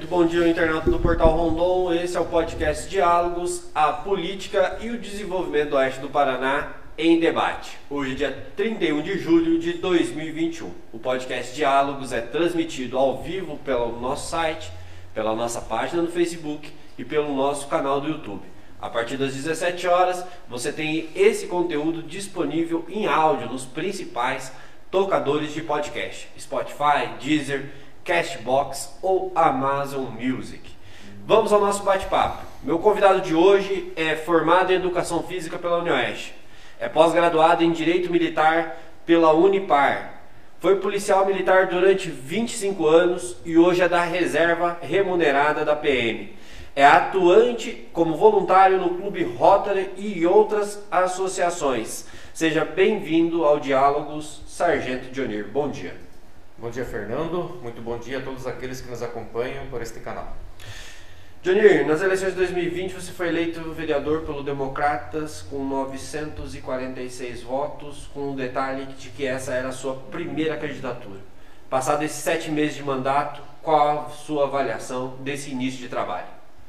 Muito bom dia, internauta do Portal Rondon. Esse é o podcast Diálogos, a política e o desenvolvimento do Oeste do Paraná em debate. Hoje, dia 31 de julho de 2021. O podcast Diálogos é transmitido ao vivo pelo nosso site, pela nossa página no Facebook e pelo nosso canal do YouTube. A partir das 17 horas, você tem esse conteúdo disponível em áudio nos principais tocadores de podcast: Spotify, Deezer, Castbox ou Amazon Music. Vamos ao nosso bate-papo. Meu convidado de hoje é formado em Educação Física pela UniOeste. É pós-graduado em Direito Militar pela Unipar. Foi policial militar durante 25 anos e hoje é da reserva remunerada da PM. É atuante como voluntário no Clube Rotary e outras associações. Seja bem-vindo ao Diálogos, Sargento Dionir. Bom dia. Bom dia, Fernando. Muito bom dia a todos aqueles que nos acompanham por este canal. Dionir, nas eleições de 2020 você foi eleito vereador pelo Democratas com 946 votos, com um detalhe de que essa era a sua primeira candidatura. Passados esses 7 meses de mandato, qual a sua avaliação desse início de trabalho?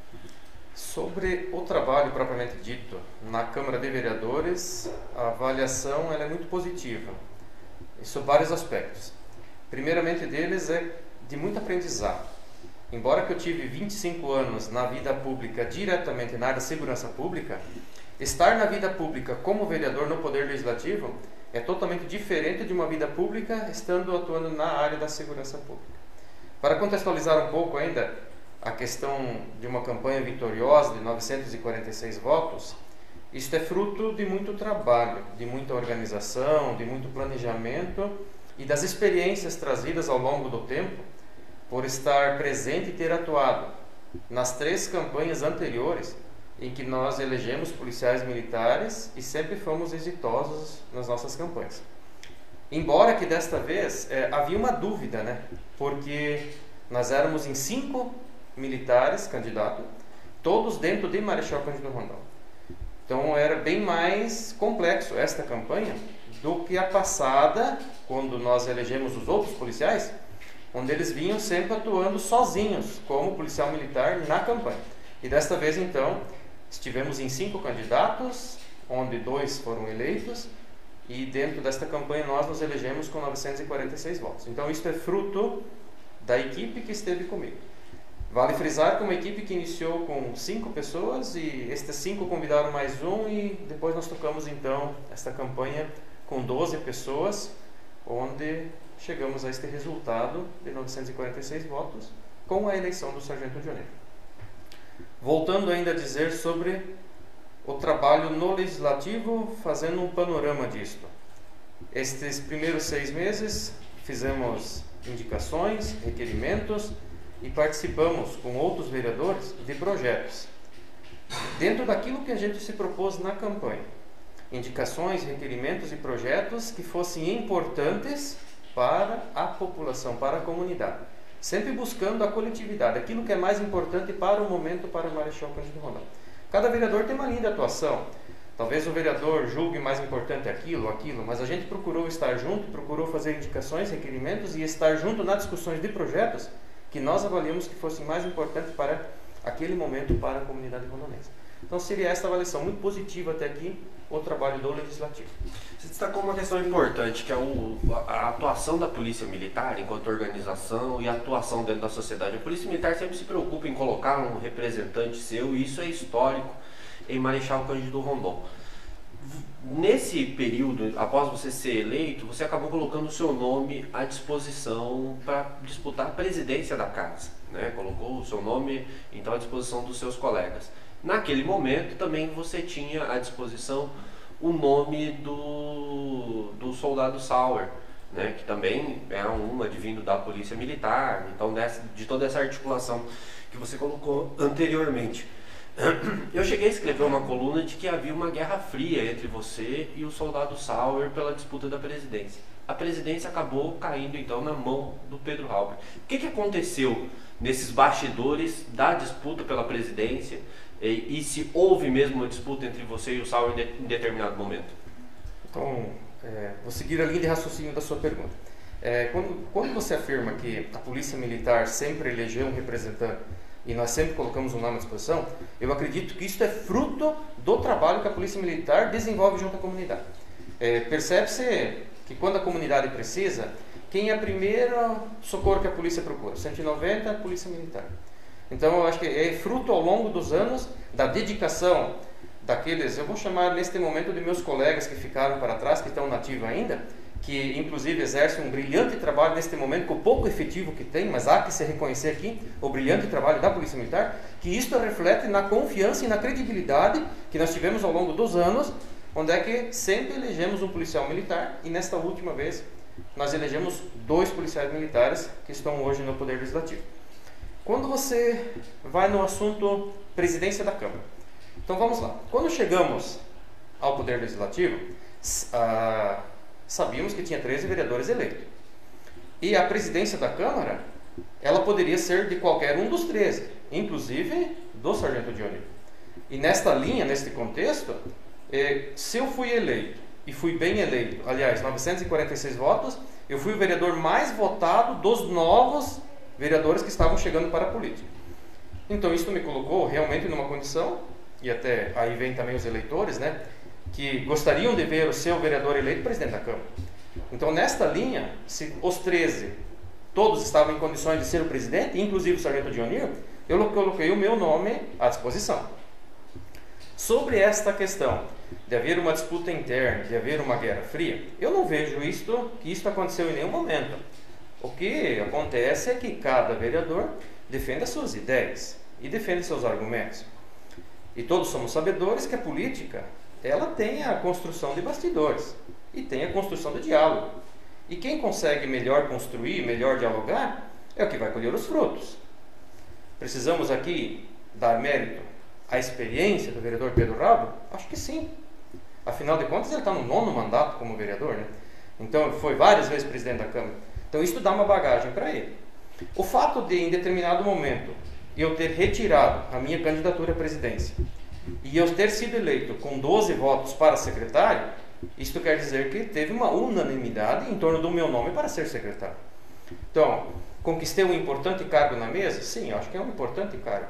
Sobre o trabalho propriamente dito na Câmara de Vereadores, a avaliação ela é muito positiva, e sob vários aspectos. Primeiramente deles é de muito aprendizado. Embora que eu tive 25 anos na vida pública, diretamente na área da segurança pública, estar na vida pública como vereador no Poder Legislativo é totalmente diferente de uma vida pública estando atuando na área da segurança pública. Para contextualizar um pouco ainda a questão de uma campanha vitoriosa de 946 votos, isto é fruto de muito trabalho, de muita organização, de muito planejamento e das experiências trazidas ao longo do tempo por estar presente e ter atuado nas 3 campanhas anteriores em que nós elegemos policiais militares e sempre fomos exitosos nas nossas campanhas. Embora que desta vez havia uma dúvida, porque nós éramos em 5 militares candidatos, todos dentro de Marechal Cândido Rondon. Então era bem mais complexo esta campanha do que a passada, quando nós elegemos os outros policiais, onde eles vinham sempre atuando sozinhos como policial militar na campanha. E desta vez, então, estivemos em 5 candidatos, onde 2 foram eleitos, e dentro desta campanha nós nos elegemos com 946 votos. Então isso é fruto da equipe que esteve comigo. Vale frisar que uma equipe que iniciou com 5 pessoas e estes 5 convidaram mais um e depois nós tocamos então esta campanha com 12 pessoas, onde chegamos a este resultado de 946 votos com a eleição do Sargento Dionir. Voltando ainda a dizer sobre o trabalho no Legislativo, fazendo um panorama disto. Estes primeiros 6 meses fizemos indicações, requerimentos e participamos com outros vereadores de projetos. Dentro daquilo que a gente se propôs na campanha, indicações, requerimentos e projetos que fossem importantes para a população, para a comunidade. Sempre buscando a coletividade, aquilo que é mais importante para o momento, para o Marechal Cândido Rondon. Cada vereador tem uma linha de atuação. Talvez o vereador julgue mais importante aquilo, mas a gente procurou estar junto, procurou fazer indicações, requerimentos e estar junto nas discussões de projetos que nós avaliamos que fossem mais importantes para aquele momento, para a comunidade rondonense. Então seria esta avaliação muito positiva até aqui, o trabalho do Legislativo. Você destacou uma questão importante, que é a atuação da Polícia Militar enquanto organização e a atuação dentro da sociedade. A Polícia Militar sempre se preocupa em colocar um representante seu, e isso é histórico em Marechal Cândido Rondon. Nesse período, após você ser eleito, você acabou colocando o seu nome à disposição para disputar a presidência da casa, Colocou o seu nome, então, à disposição dos seus colegas. Naquele momento, também você tinha à disposição o nome do soldado Sauer, que também é um advindo da Polícia Militar, então de toda essa articulação que você colocou anteriormente. Eu cheguei a escrever uma coluna de que havia uma guerra fria entre você e o soldado Sauer pela disputa da presidência. A presidência acabou caindo então na mão do Pedro Halber. O que aconteceu nesses bastidores da disputa pela presidência e se houve mesmo uma disputa entre você e o Sauer em determinado momento? Então, vou seguir a linha de raciocínio da sua pergunta. Quando você afirma que a Polícia Militar sempre elegeu um representante e nós sempre colocamos um nome à disposição, eu acredito que isso é fruto do trabalho que a Polícia Militar desenvolve junto à comunidade. Percebe-se que quando a comunidade precisa, quem é o primeiro socorro que a polícia procura? 190, a Polícia Militar. Então, eu acho que é fruto ao longo dos anos da dedicação daqueles, eu vou chamar neste momento de meus colegas que ficaram para trás, que estão nativos ainda, que inclusive exercem um brilhante trabalho neste momento, com o pouco efetivo que tem, mas há que se reconhecer aqui o brilhante trabalho da Polícia Militar, que isto reflete na confiança e na credibilidade que nós tivemos ao longo dos anos, onde é que sempre elegemos um policial militar, e nesta última vez nós elegemos 2 policiais militares que estão hoje no Poder Legislativo. Quando você vai no assunto presidência da Câmara, então vamos lá. Quando chegamos ao Poder Legislativo, sabíamos que tinha 13 vereadores eleitos. E a presidência da Câmara, ela poderia ser de qualquer um dos 13, inclusive do Sargento Dionísio. E nesta linha, neste contexto, se eu fui eleito, e fui bem eleito, aliás, 946 votos, eu fui o vereador mais votado dos novos vereadores que estavam chegando para a política. Então isso me colocou realmente numa condição, e até aí vem também os eleitores, né, que gostariam de ver o seu vereador eleito presidente da Câmara. Então nesta linha, se os 13 todos estavam em condições de ser o presidente, inclusive o Sargento Dionísio, eu coloquei o meu nome à disposição. Sobre esta questão de haver uma disputa interna, de haver uma guerra fria, eu não vejo que isto aconteceu em nenhum momento. O que acontece é que cada vereador defende as suas ideias e defende seus argumentos. E todos somos sabedores que a política, ela tem a construção de bastidores e tem a construção de diálogo. E quem consegue melhor construir, melhor dialogar, é o que vai colher os frutos. Precisamos aqui dar mérito à experiência do vereador Pedro Raudo? Acho que sim. Afinal de contas, ele está no 9º mandato como vereador, né? Então, foi várias vezes presidente da Câmara. Então, isso dá uma bagagem para ele. O fato de, em determinado momento, eu ter retirado a minha candidatura à presidência e eu ter sido eleito com 12 votos para secretário, isto quer dizer que teve uma unanimidade em torno do meu nome para ser secretário. Então, conquistei um importante cargo na mesa? Sim, acho que é um importante cargo.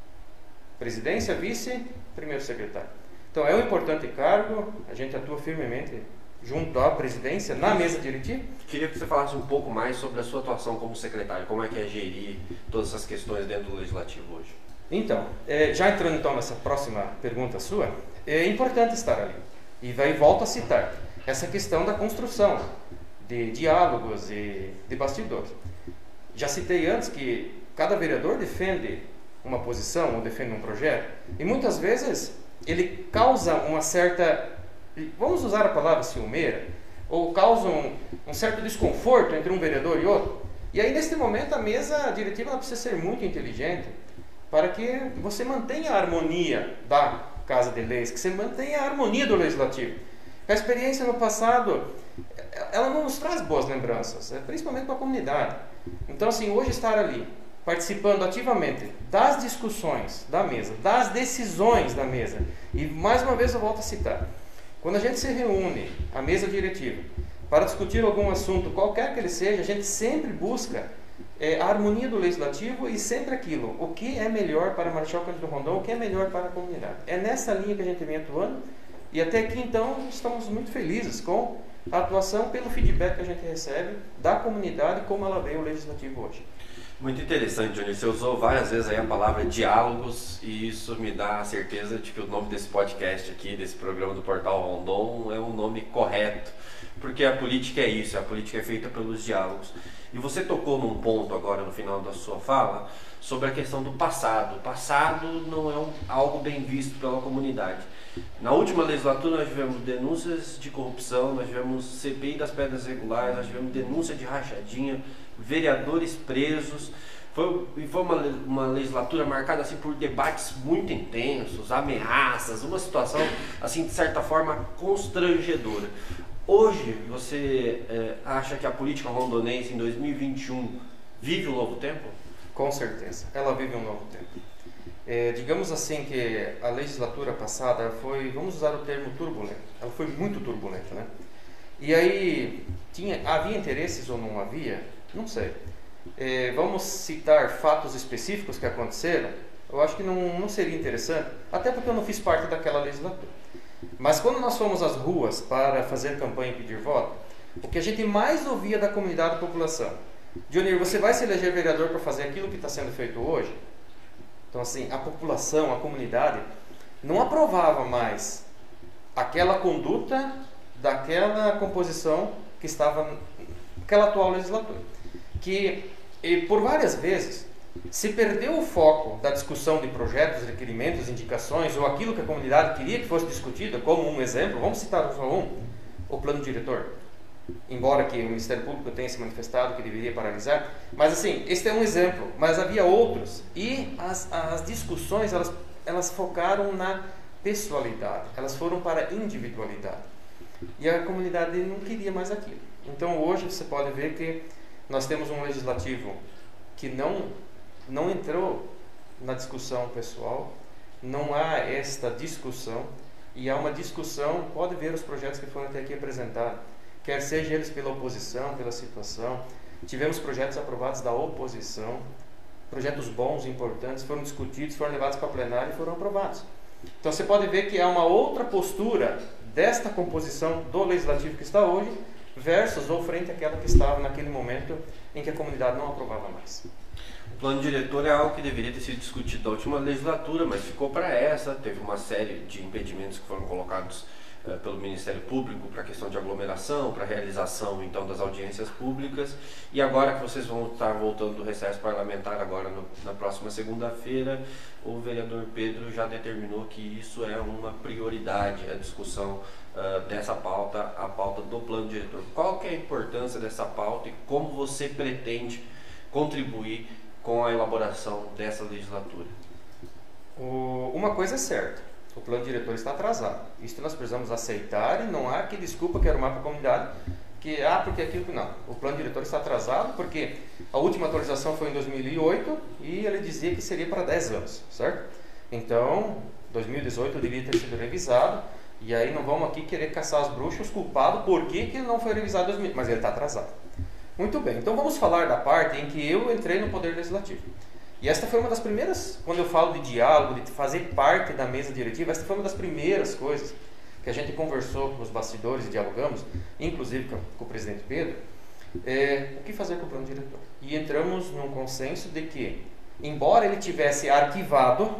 Presidência, vice, primeiro secretário. Então, é um importante cargo, a gente atua firmemente junto à presidência, na mesa diretiva. Queria que você falasse um pouco mais sobre a sua atuação como secretário, como é que é gerir todas essas questões dentro do Legislativo hoje. Então, já entrando então nessa próxima pergunta sua, é importante estar ali. E volto a citar essa questão da construção de diálogos e de bastidores. Já citei antes que cada vereador defende uma posição ou defende um projeto, e muitas vezes ele causa uma certa, vamos usar a palavra ciumeira, ou causa um certo desconforto entre um vereador e outro. E aí, neste momento, a mesa diretiva ela precisa ser muito inteligente para que você mantenha a harmonia da Casa de Leis, que você mantenha a harmonia do Legislativo. A experiência no passado, ela não nos traz boas lembranças, principalmente para a comunidade. Então, assim, hoje estar ali, participando ativamente das discussões da mesa, das decisões da mesa, e mais uma vez eu volto a citar, quando a gente se reúne, a mesa diretiva, para discutir algum assunto, qualquer que ele seja, a gente sempre busca a harmonia do Legislativo e sempre aquilo, o que é melhor para Marechal Cândido Rondon, o que é melhor para a comunidade. É nessa linha que a gente vem atuando, e até aqui então estamos muito felizes com a atuação pelo feedback que a gente recebe da comunidade, como ela vê o Legislativo hoje. Muito interessante, Johnny. Você usou várias vezes aí a palavra diálogos, e isso me dá a certeza de que o nome desse podcast aqui, desse programa do Portal Rondon, é um nome correto, porque a política é isso, a política é feita pelos diálogos. E você tocou num ponto agora no final da sua fala sobre a questão do passado. O passado não é algo bem visto pela comunidade. Na última legislatura nós tivemos denúncias de corrupção, nós tivemos CPI das pedras regulares, nós tivemos denúncia de rachadinha, vereadores presos. Foi uma legislatura marcada assim por debates muito intensos, ameaças, uma situação assim de certa forma constrangedora. Hoje você acha que a política rondonense em 2021 vive um novo tempo? Com certeza, ela vive um novo tempo. Digamos assim que a legislatura passada foi, vamos usar o termo turbulento, ela foi muito turbulenta, né? E aí, havia interesses ou não havia? Não sei. Vamos citar fatos específicos que aconteceram? Eu acho que não seria interessante, até porque eu não fiz parte daquela legislatura. Mas quando nós fomos às ruas para fazer campanha e pedir voto, o que a gente mais ouvia da comunidade e da população: Dionir, você vai se eleger vereador para fazer aquilo que está sendo feito hoje? Então, assim, a população, a comunidade, não aprovava mais aquela conduta daquela composição que estava naquela atual legislatura. Por várias vezes, se perdeu o foco da discussão de projetos, requerimentos, indicações, ou aquilo que a comunidade queria que fosse discutido, como um exemplo, vamos citar só o plano diretor. Embora que o Ministério Público tenha se manifestado que deveria paralisar, mas assim, este é um exemplo, mas havia outros, e as discussões, elas focaram na pessoalidade, elas foram para a individualidade, e a comunidade não queria mais aquilo. Então hoje você pode ver que nós temos um legislativo que não entrou na discussão pessoal, não há esta discussão, e há uma discussão, pode ver os projetos que foram até aqui apresentados, quer seja eles pela oposição, pela situação. Tivemos projetos aprovados da oposição, projetos bons, importantes, foram discutidos, foram levados para a plenária e foram aprovados. Então você pode ver que há uma outra postura desta composição do legislativo que está hoje, versus ou frente àquela que estava naquele momento em que a comunidade não aprovava mais. O plano diretor é algo que deveria ter sido discutido na última legislatura, mas ficou para essa. Teve uma série de impedimentos que foram colocados pelo Ministério Público para a questão de aglomeração, para a realização então das audiências públicas, e agora que vocês vão estar voltando do recesso parlamentar agora na próxima segunda-feira, o vereador Pedro já determinou que isso é uma prioridade, a discussão dessa pauta, a pauta do plano diretor. Qual que é a importância dessa pauta e como você pretende contribuir com a elaboração dessa legislatura? Uma coisa é certa: o plano diretor está atrasado. Isso nós precisamos aceitar, e não há que desculpa que arrumar para a comunidade porque aquilo que não. O plano diretor está atrasado porque a última atualização foi em 2008 e ele dizia que seria para 10 anos, certo? Então, 2018 deveria ter sido revisado, e aí não vamos aqui querer caçar os bruxos culpados por que não foi revisado em 2000, mas ele está atrasado. Muito bem, então vamos falar da parte em que eu entrei no Poder Legislativo. E esta foi uma das primeiras, quando eu falo de diálogo, de fazer parte da mesa diretiva, esta foi uma das primeiras coisas que a gente conversou nos bastidores e dialogamos, inclusive com o presidente Pedro, o que fazer com o plano diretor. E entramos num consenso de que, embora ele tivesse arquivado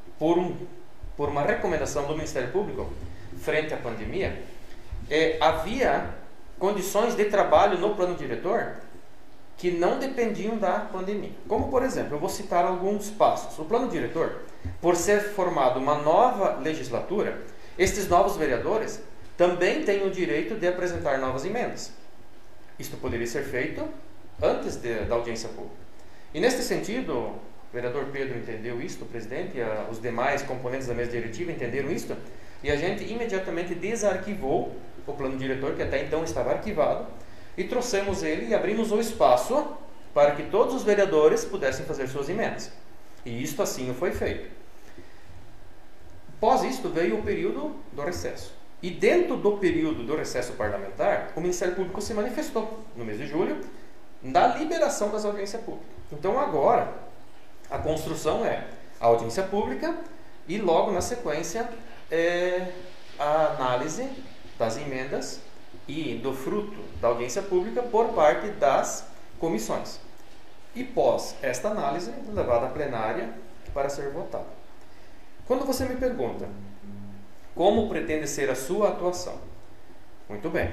por uma recomendação do Ministério Público, frente à pandemia, havia condições de trabalho no plano diretor que não dependiam da pandemia. Como, por exemplo, eu vou citar alguns passos. O plano diretor, por ser formado uma nova legislatura, estes novos vereadores também têm o direito de apresentar novas emendas. Isto poderia ser feito antes da audiência pública. E neste sentido, o vereador Pedro entendeu isto, o presidente e os demais componentes da mesa diretiva entenderam isto, e a gente imediatamente desarquivou o plano diretor, que até então estava arquivado, e trouxemos ele e abrimos o espaço para que todos os vereadores pudessem fazer suas emendas. E isto assim foi feito. Após isto veio o período do recesso. E dentro do período do recesso parlamentar, o Ministério Público se manifestou, no mês de julho, na liberação das audiências públicas. Então agora, a construção é a audiência pública e logo na sequência a análise das emendas e do fruto da audiência pública por parte das comissões. E pós esta análise, levada à plenária para ser votada. Quando você me pergunta como pretende ser a sua atuação, muito bem.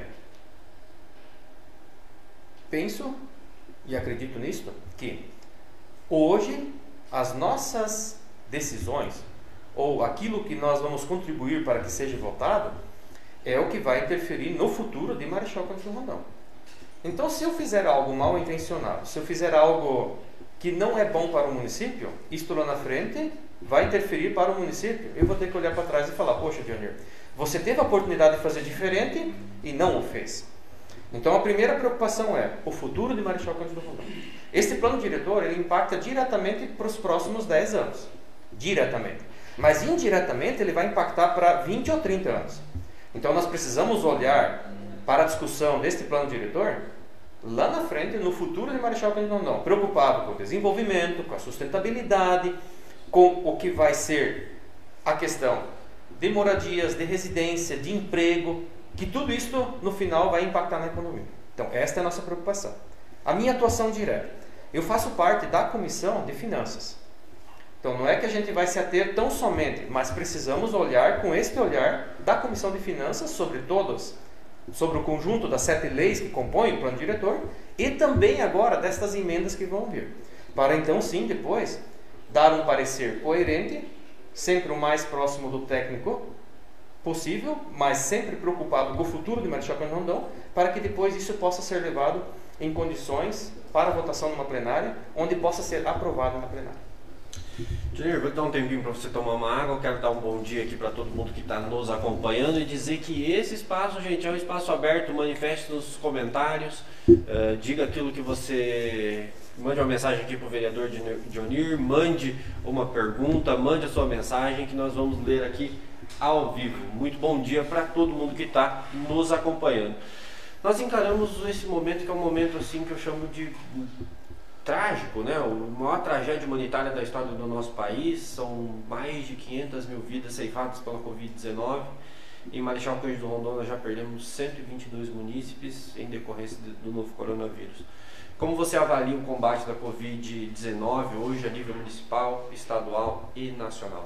Penso e acredito nisto que hoje as nossas decisões ou aquilo que nós vamos contribuir para que seja votado é o que vai interferir no futuro de Marechal Cândido Rondon. Então, se eu fizer algo mal intencionado, se eu fizer algo que não é bom para o município, isto lá na frente vai interferir para o município. Eu vou ter que olhar para trás e falar: poxa, Dionir, você teve a oportunidade de fazer diferente e não o fez. Então, a primeira preocupação é o futuro de Marechal Cândido Rondon. Este plano diretor, ele impacta diretamente para os próximos 10 anos. Diretamente. Mas indiretamente ele vai impactar para 20 ou 30 anos. Então nós precisamos olhar para a discussão deste plano diretor, lá na frente, no futuro de Marechal Cândido Rondon, preocupado com o desenvolvimento, com a sustentabilidade, com o que vai ser a questão de moradias, de residência, de emprego, que tudo isso no final vai impactar na economia. Então, esta é a nossa preocupação. A minha atuação direta. Eu faço parte da Comissão de Finanças. Então, não é que a gente vai se ater tão somente, mas precisamos olhar com este olhar da Comissão de Finanças sobre o conjunto das 7 leis que compõem o plano diretor e também agora destas emendas que vão vir. Para então, sim, depois, dar um parecer coerente, sempre o mais próximo do técnico possível, mas sempre preocupado com o futuro de Marechal Cândido Rondon, para que depois isso possa ser levado em condições para votação numa plenária, onde possa ser aprovado na plenária. Johnir, vou dar um tempinho para você tomar uma água. Eu quero dar um bom dia aqui para todo mundo que está nos acompanhando e dizer que esse espaço, gente, é um espaço aberto. Manifeste nos comentários, diga aquilo que você... Mande uma mensagem aqui para o vereador Johnir, mande uma pergunta, mande a sua mensagem que nós vamos ler aqui ao vivo. Muito bom dia para todo mundo que está nos acompanhando. Nós encaramos esse momento que é um momento assim que eu chamo de trágico, né? A maior tragédia humanitária da história do nosso país. São mais de 500 mil vidas ceifadas pela Covid-19. Em Marechal Cândido Rondon nós já perdemos 122 munícipes em decorrência do novo coronavírus. Como você avalia o combate da Covid-19 hoje a nível municipal, estadual e nacional?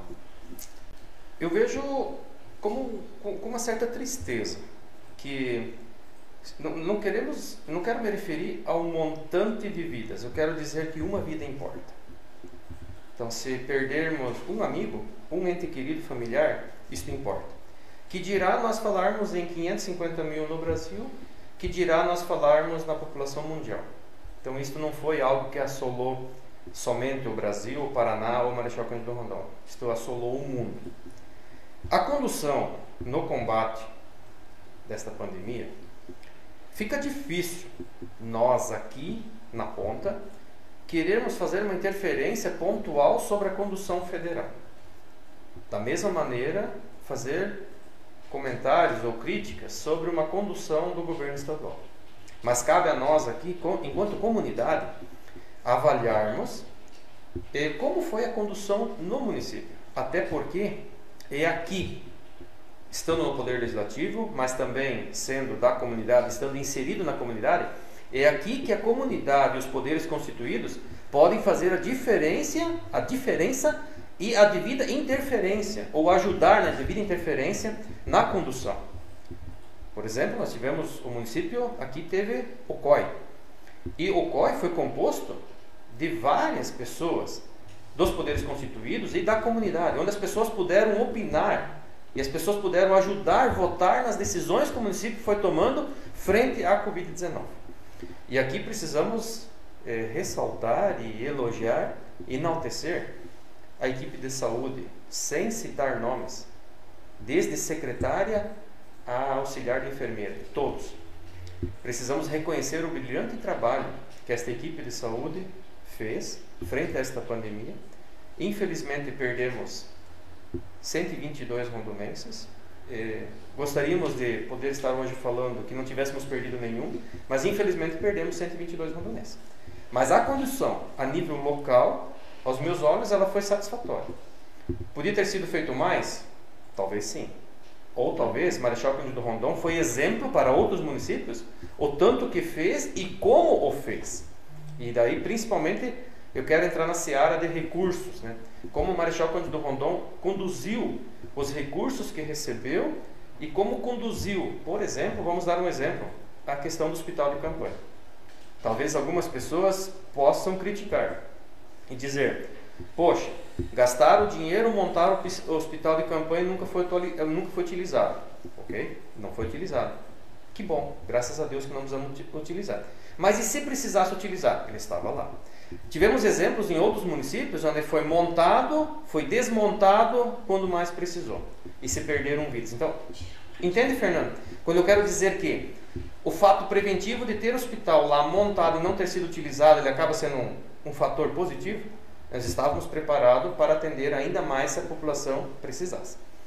Eu vejo com uma certa tristeza que não quero me referir ao montante de vidas, eu quero dizer que uma vida importa. Então, se perdermos um amigo, um ente querido familiar, isso importa. Que dirá nós falarmos em 550 mil no Brasil, que dirá nós falarmos na população mundial. Então, isso não foi algo que assolou somente o Brasil, o Paraná ou o Marechal Cândido Rondon. Isto assolou o mundo. A condução no combate desta pandemia, fica difícil nós aqui na ponta querermos fazer uma interferência pontual sobre a condução federal. Da mesma maneira, fazer comentários ou críticas sobre uma condução do governo estadual. Mas cabe a nós aqui, enquanto comunidade, avaliarmos como foi a condução no município. Até porque é aqui, estando no Poder Legislativo, mas também sendo da comunidade, estando inserido na comunidade, é aqui que a comunidade e os poderes constituídos podem fazer a diferença e a devida interferência, ou ajudar na devida interferência na condução. Por exemplo, nós tivemos, o município aqui teve o COI. E o COI foi composto de várias pessoas, dos poderes constituídos e da comunidade, onde as pessoas puderam opinar e as pessoas puderam ajudar a votar nas decisões que o município foi tomando frente à Covid-19. E aqui precisamos ressaltar e elogiar, enaltecer a equipe de saúde, sem citar nomes, desde secretária a auxiliar de enfermeira, todos. Precisamos reconhecer o brilhante trabalho que esta equipe de saúde fez frente a esta pandemia. Infelizmente perdemos 122 rondonenses. Gostaríamos de poder estar hoje falando que não tivéssemos perdido nenhum, mas infelizmente perdemos 122 rondonenses. Mas a condução a nível local, aos meus olhos, ela foi satisfatória. Podia ter sido feito mais? Talvez sim. Ou talvez Marechal Cândido Rondon foi exemplo para outros municípios, o tanto que fez e como o fez. E daí, principalmente, eu quero entrar na seara de recursos, né? Como o Marechal Cândido Rondon conduziu os recursos que recebeu e como conduziu, por exemplo, vamos dar um exemplo, a questão do hospital de campanha. Talvez algumas pessoas possam criticar e dizer, poxa, gastaram o dinheiro, montaram o hospital de campanha e nunca foi utilizado. Ok? Não foi utilizado. Que bom, graças a Deus que não precisamos utilizar. Mas e se precisasse utilizar? Ele estava lá. Tivemos exemplos em outros municípios onde foi montado, foi desmontado quando mais precisou. E se perderam vidas. Então, entende, Fernando? Quando eu quero dizer que o fato preventivo de ter hospital lá montado e não ter sido utilizado, ele acaba sendo um fator positivo, nós estávamos preparados para atender ainda mais se a população precisasse.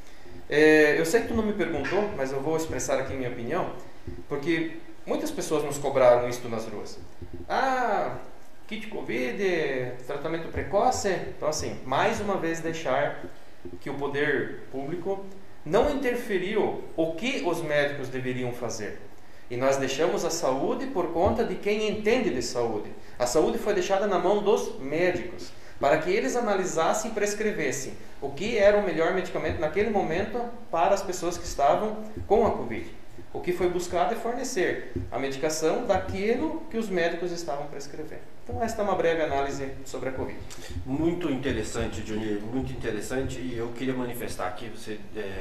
Eu sei que tu não me perguntou, mas eu vou expressar aqui minha opinião, porque muitas pessoas nos cobraram isso nas ruas. Ah, kit Covid, tratamento precoce. Então, assim, mais uma vez deixar que o poder público não interferiu o que os médicos deveriam fazer. E nós deixamos a saúde por conta de quem entende de saúde. A saúde foi deixada na mão dos médicos, para que eles analisassem e prescrevessem o que era o melhor medicamento naquele momento para as pessoas que estavam com a Covid. O que foi buscado é fornecer a medicação daquilo que os médicos estavam prescrevendo. Então, esta é uma breve análise sobre a Covid. Muito interessante, Johnny, muito interessante. E eu queria manifestar aqui, você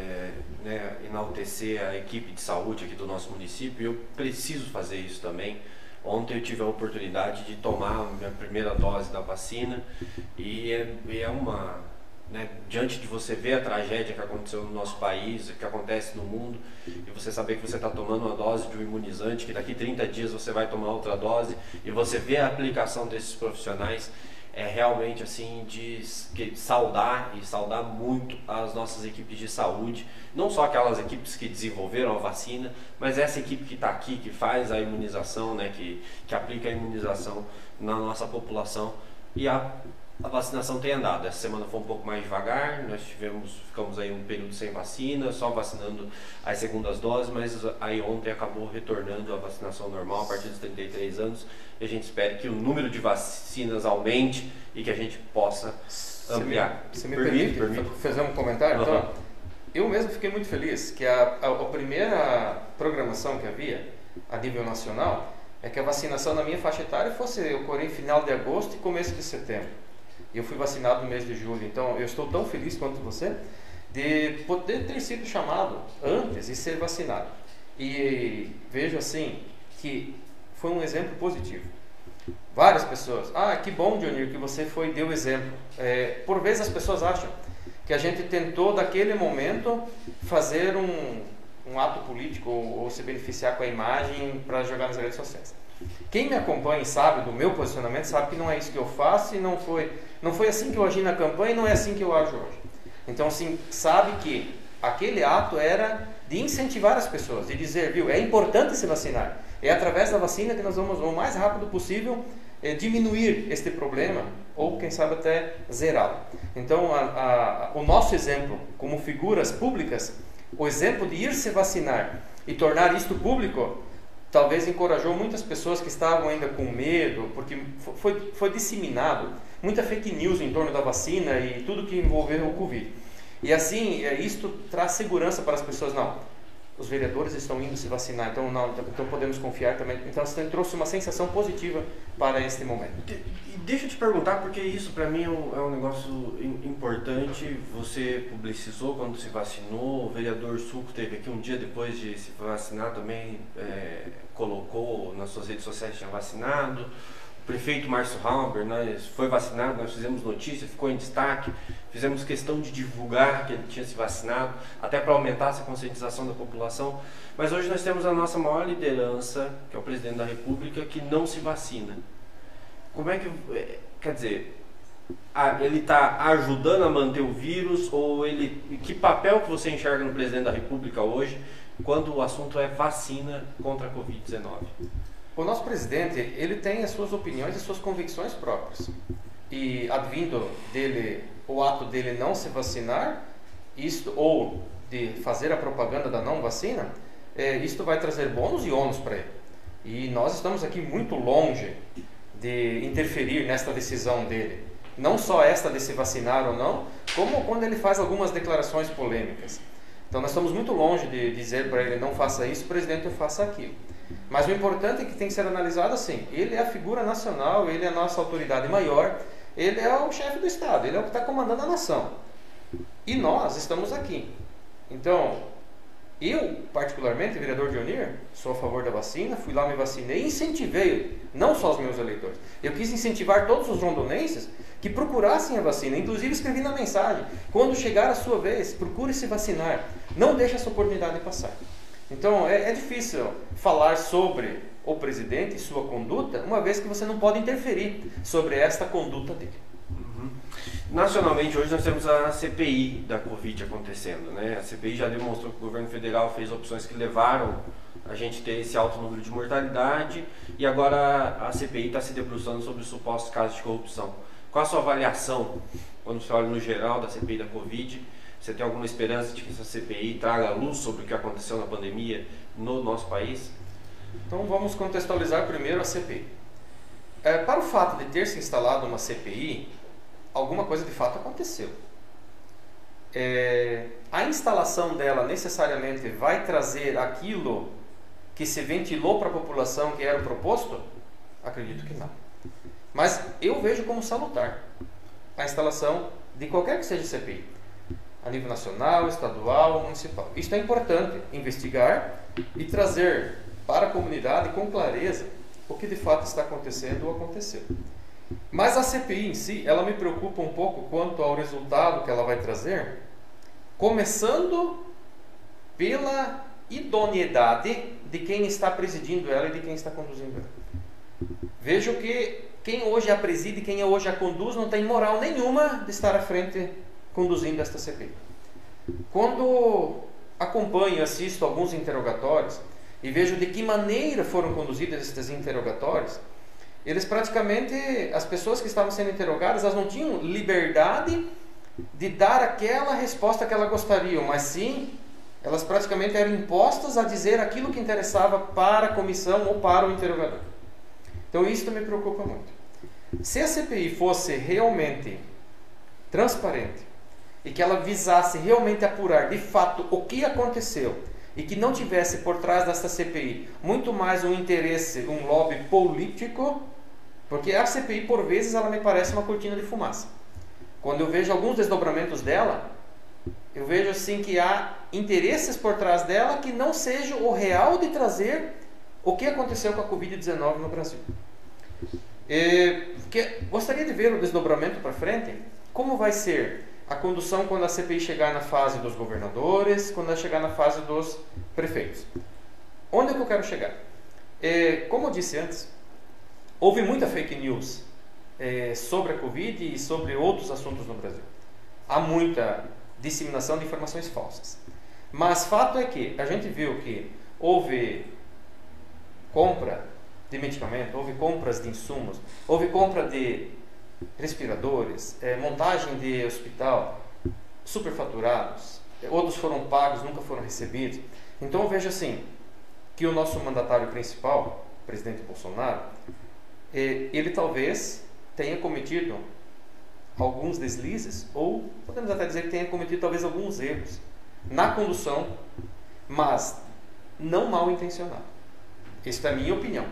enaltecer a equipe de saúde aqui do nosso município. Eu preciso fazer isso também. Ontem eu tive a oportunidade de tomar a minha primeira dose da vacina e é uma... diante de você ver a tragédia que aconteceu no nosso país, que acontece no mundo, e você saber que você está tomando uma dose de um imunizante, que daqui 30 dias você vai tomar outra dose, e você vê a aplicação desses profissionais, é realmente assim de saudar muito as nossas equipes de saúde, não só aquelas equipes que desenvolveram a vacina, mas essa equipe que está aqui, que faz a imunização, que aplica a imunização na nossa população, e a vacinação tem andado. Essa semana foi um pouco mais devagar, nós ficamos aí um período sem vacina, só vacinando as segundas doses, mas aí ontem acabou retornando a vacinação normal a partir dos 33 anos, e a gente espera que o número de vacinas aumente e que a gente possa ampliar. Se me permite fazer um comentário? Uhum. Então, eu mesmo fiquei muito feliz que a primeira programação que havia a nível nacional é que a vacinação na minha faixa etária fosse ocorrer em final de agosto e começo de setembro. Eu fui vacinado no mês de julho, então eu estou tão feliz quanto você de poder ter sido chamado antes e ser vacinado. E vejo assim que foi um exemplo positivo. Várias pessoas, que bom, Johnny, que você deu exemplo. Por vezes as pessoas acham que a gente tentou daquele momento fazer um ato político ou se beneficiar com a imagem para jogar nas redes sociais. Quem me acompanha e sabe do meu posicionamento sabe que não é isso que eu faço e não foi assim que eu agi na campanha e não é assim que eu ajo hoje. Então, assim, sabe que aquele ato era de incentivar as pessoas, de dizer, viu, é importante se vacinar. É através da vacina que nós vamos, o mais rápido possível, diminuir este problema ou, quem sabe, até zerá-lo. Então, o nosso exemplo como figuras públicas, o exemplo de ir se vacinar e tornar isto público, talvez encorajou muitas pessoas que estavam ainda com medo, porque foi disseminado muita fake news em torno da vacina e tudo que envolveu o Covid. E assim, isto traz segurança para as pessoas. Não, os vereadores estão indo se vacinar, então podemos confiar também. Então, isso trouxe uma sensação positiva para este momento. E deixa eu te perguntar, porque isso para mim é um negócio importante. Você publicizou quando se vacinou, o vereador Suco teve aqui um dia depois de se vacinar também, colocou nas suas redes sociais que tinha vacinado. O prefeito Márcio Halber, foi vacinado, nós fizemos notícia, ficou em destaque, fizemos questão de divulgar que ele tinha se vacinado, até para aumentar essa conscientização da população. Mas hoje nós temos a nossa maior liderança, que é o presidente da República, que não se vacina. Como é que, quer dizer, ele está ajudando a manter o vírus, ou que papel que você enxerga no presidente da República hoje, quando o assunto é vacina contra a Covid-19? O nosso presidente, ele tem as suas opiniões e suas convicções próprias. E advindo dele, o ato dele não se vacinar, ou de fazer a propaganda da não vacina, isto vai trazer bônus e ônus para ele. E nós estamos aqui muito longe de interferir nesta decisão dele. Não só esta de se vacinar ou não, como quando ele faz algumas declarações polêmicas. Então nós estamos muito longe de dizer para ele não faça isso, presidente, faça aquilo. Mas o importante é que tem que ser analisado assim, ele é a figura nacional, ele é a nossa autoridade maior, ele é o chefe do Estado, ele é o que está comandando a nação. E nós estamos aqui. Então, eu, particularmente, vereador Dionir, sou a favor da vacina, fui lá, me vacinei e incentivei, não só os meus eleitores, eu quis incentivar todos os rondonenses que procurassem a vacina, inclusive escrevi na mensagem, quando chegar a sua vez, procure se vacinar, não deixe essa oportunidade passar. Então, é difícil falar sobre o presidente e sua conduta, uma vez que você não pode interferir sobre esta conduta dele. Uhum. Nacionalmente, hoje nós temos a CPI da Covid acontecendo, né? A CPI já demonstrou que o governo federal fez opções que levaram a gente ter esse alto número de mortalidade e agora a CPI está se debruçando sobre os supostos casos de corrupção. Qual a sua avaliação, quando você olha no geral da CPI da Covid? Você tem alguma esperança de que essa CPI traga luz sobre o que aconteceu na pandemia no nosso país? Então vamos contextualizar primeiro a CPI. Para o fato de ter se instalado uma CPI, alguma coisa de fato aconteceu. A instalação dela necessariamente vai trazer aquilo que se ventilou para a população que era o proposto? Acredito que não. Mas eu vejo como salutar a instalação de qualquer que seja CPI, a nível nacional, estadual, municipal. Isto é importante, investigar e trazer para a comunidade com clareza o que de fato está acontecendo ou aconteceu. Mas a CPI em si, ela me preocupa um pouco quanto ao resultado que ela vai trazer, começando pela idoneidade de quem está presidindo ela e de quem está conduzindo ela. Vejo que quem hoje a preside, quem hoje a conduz, não tem moral nenhuma de estar à frente conduzindo esta CPI. Quando acompanho e assisto alguns interrogatórios e vejo de que maneira foram conduzidos estes interrogatórios, eles praticamente, as pessoas que estavam sendo interrogadas, elas não tinham liberdade de dar aquela resposta que elas gostariam, mas sim, elas praticamente eram impostas a dizer aquilo que interessava para a comissão ou para o interrogador. Então isso me preocupa muito. Se a CPI fosse realmente transparente e que ela visasse realmente apurar de fato o que aconteceu e que não tivesse por trás dessa CPI muito mais um interesse, um lobby político, porque a CPI por vezes ela me parece uma cortina de fumaça. Quando eu vejo alguns desdobramentos dela, eu vejo assim que há interesses por trás dela que não sejam o real de trazer o que aconteceu com a Covid-19 no Brasil. Gostaria de ver o desdobramento para frente, como vai ser a condução quando a CPI chegar na fase dos governadores, quando ela chegar na fase dos prefeitos. Onde é que eu quero chegar? Como eu disse antes, houve muita fake news sobre a Covid e sobre outros assuntos no Brasil. Há muita disseminação de informações falsas. Mas fato é que a gente viu que houve compra de medicamento, houve compras de insumos, houve compra de respiradores, montagem de hospital, superfaturados, outros foram pagos, nunca foram recebidos. Então eu vejo assim, que o nosso mandatário principal, o presidente Bolsonaro, ele talvez tenha cometido alguns deslizes, ou podemos até dizer que tenha cometido talvez alguns erros na condução, mas não mal intencionado. Esta é a minha opinião.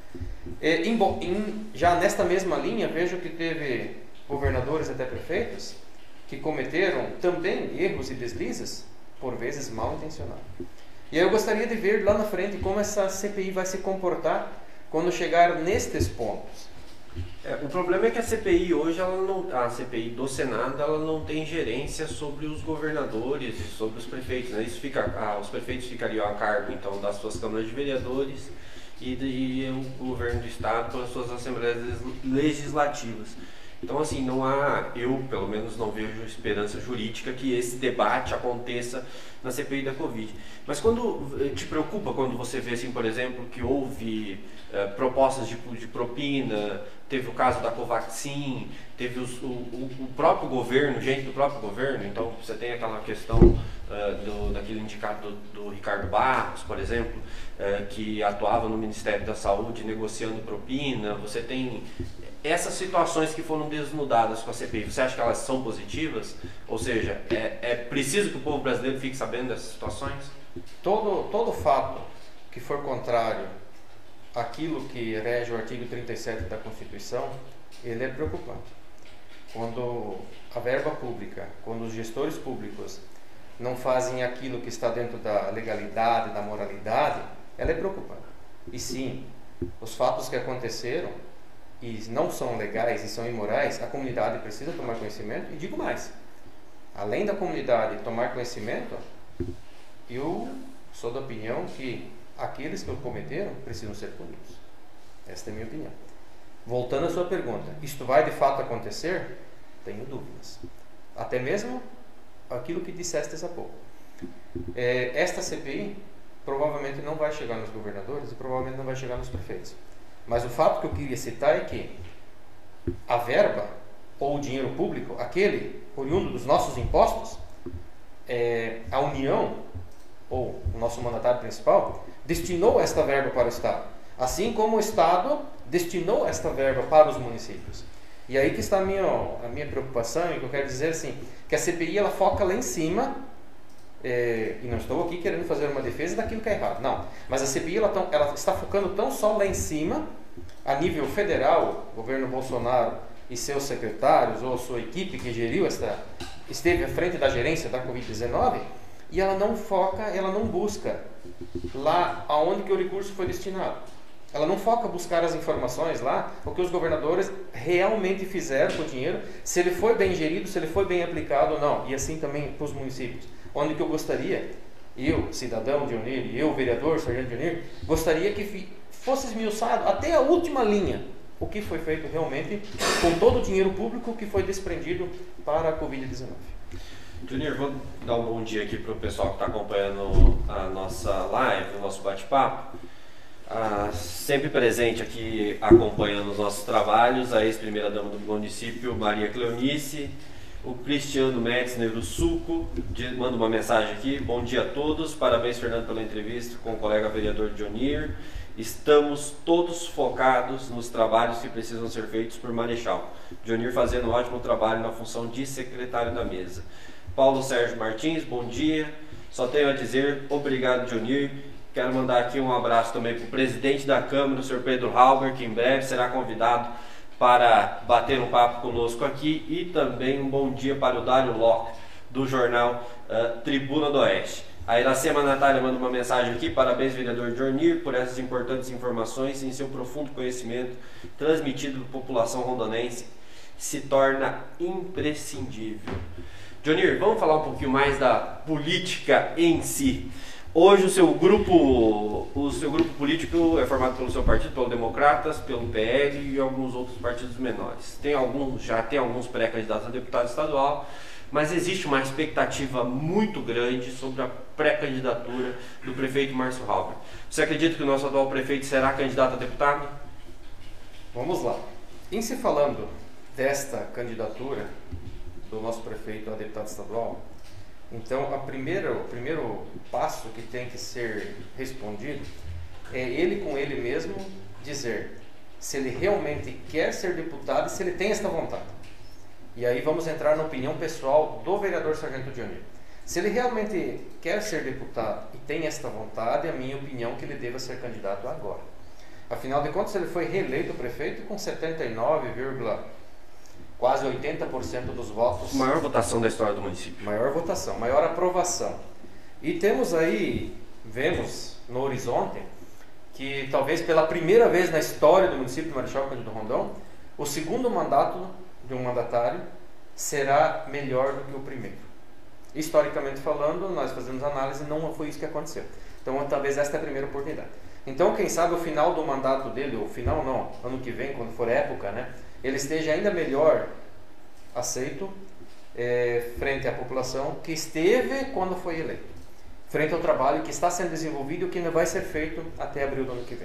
Já nesta mesma linha, vejo que teve governadores até prefeitos que cometeram também erros e deslizes, por vezes mal intencionados. E aí eu gostaria de ver lá na frente como essa CPI vai se comportar quando chegar nestes pontos. O problema é que a CPI hoje, a CPI do Senado, ela não tem gerência sobre os governadores e sobre os prefeitos, né? Os prefeitos ficariam a cargo então das suas câmaras de vereadores e o governo do estado pelas suas assembleias legislativas. Então assim, eu pelo menos não vejo esperança jurídica que esse debate aconteça na CPI da Covid. Mas quando te preocupa quando você vê assim, por exemplo, que houve propostas de propina, teve o caso da Covaxin, teve o próprio governo, gente do próprio governo, então você tem aquela questão daquele indicado do Ricardo Barros, por exemplo, que atuava no Ministério da Saúde negociando propina. Você tem essas situações que foram desnudadas com a CPI, você acha que elas são positivas? Ou seja, é preciso que o povo brasileiro fique sabendo dessas situações? Todo fato que for contrário àquilo que rege o artigo 37 da Constituição, ele é preocupante. Quando a verba pública, quando os gestores públicos não fazem aquilo que está dentro da legalidade, da moralidade, ela é preocupante. E sim, os fatos que aconteceram e não são legais e são imorais, a comunidade precisa tomar conhecimento. E digo mais, além da comunidade tomar conhecimento, eu sou da opinião que aqueles que o cometeram precisam ser punidos. Esta é a minha opinião. Voltando à sua pergunta, isto vai de fato acontecer? Tenho dúvidas. Até mesmo aquilo que disseste há pouco. Esta CPI provavelmente não vai chegar nos governadores e provavelmente não vai chegar nos prefeitos. Mas o fato que eu queria citar é que a verba ou o dinheiro público, aquele oriundo dos nossos impostos, a União, ou o nosso mandatário principal, destinou esta verba para o Estado. Assim como o Estado destinou esta verba para os municípios. E aí que está a minha preocupação, e que eu quero dizer assim, que a CPI ela foca lá em cima, e não estou aqui querendo fazer uma defesa daquilo que é errado, não. Mas a CPI ela está focando tão só lá em cima, a nível federal, o governo Bolsonaro e seus secretários, ou sua equipe que geriu esteve à frente da gerência da Covid-19, e ela não foca, ela não busca lá aonde que o recurso foi destinado. Ela não foca buscar as informações lá, o que os governadores realmente fizeram com o dinheiro, se ele foi bem gerido, se ele foi bem aplicado ou não. E assim também para os municípios. Onde que eu gostaria, eu, cidadão de Dionir, eu, vereador, sargento Dionir, gostaria que fosse esmiuçado até a última linha o que foi feito realmente com todo o dinheiro público que foi desprendido para a Covid-19. Dionir, vou dar um bom dia aqui para o pessoal que está acompanhando a nossa live, o nosso bate-papo. Sempre presente aqui acompanhando os nossos trabalhos, a ex-primeira-dama do município, Maria Cleonice, o Cristiano Metzner do Suco, manda uma mensagem aqui: bom dia a todos, parabéns Fernando pela entrevista com o colega vereador Dionir, estamos todos focados nos trabalhos que precisam ser feitos por Marechal. Dionir fazendo um ótimo trabalho na função de secretário da mesa. Paulo Sérgio Martins, bom dia, só tenho a dizer obrigado Dionir. Quero mandar aqui um abraço também para o presidente da Câmara, o senhor Pedro Halber, que em breve será convidado para bater um papo conosco aqui, e também um bom dia para o Dário Locke, do jornal Tribuna do Oeste. A Iracema Natália manda uma mensagem aqui: parabéns vereador Dionir por essas importantes informações, em seu profundo conhecimento transmitido para a população rondonense se torna imprescindível. Dionir, vamos falar um pouquinho mais da política em si. Hoje o seu grupo político é formado pelo seu partido, pelo Democratas, pelo PL e alguns outros partidos menores. Já tem alguns pré-candidatos a deputado estadual, mas existe uma expectativa muito grande sobre a pré-candidatura do prefeito Márcio Halber. Você acredita que o nosso atual prefeito será candidato a deputado? Vamos lá. Em se falando desta candidatura do nosso prefeito a deputado estadual, então, o primeiro passo que tem que ser respondido é ele com ele mesmo dizer se ele realmente quer ser deputado e se ele tem esta vontade. E aí vamos entrar na opinião pessoal do vereador Sargento Dionir. Se ele realmente quer ser deputado e tem esta vontade, é a minha opinião que ele deva ser candidato agora. Afinal de contas, ele foi reeleito prefeito com 79, quase 80% dos votos. Maior votação da história do município. Maior votação, maior aprovação. E temos aí, vemos no horizonte, que talvez pela primeira vez na história do município de Marechal Cândido Rondon, o segundo mandato de um mandatário será melhor do que o primeiro. Historicamente falando, nós fazemos análise, não foi isso que aconteceu. Então talvez esta é a primeira oportunidade. Então quem sabe o final do mandato dele, ou final não, ano que vem, quando for época, né? Ele esteja ainda melhor aceito frente à população que esteve quando foi eleito, frente ao trabalho que está sendo desenvolvido e que ainda vai ser feito até abril do ano que vem.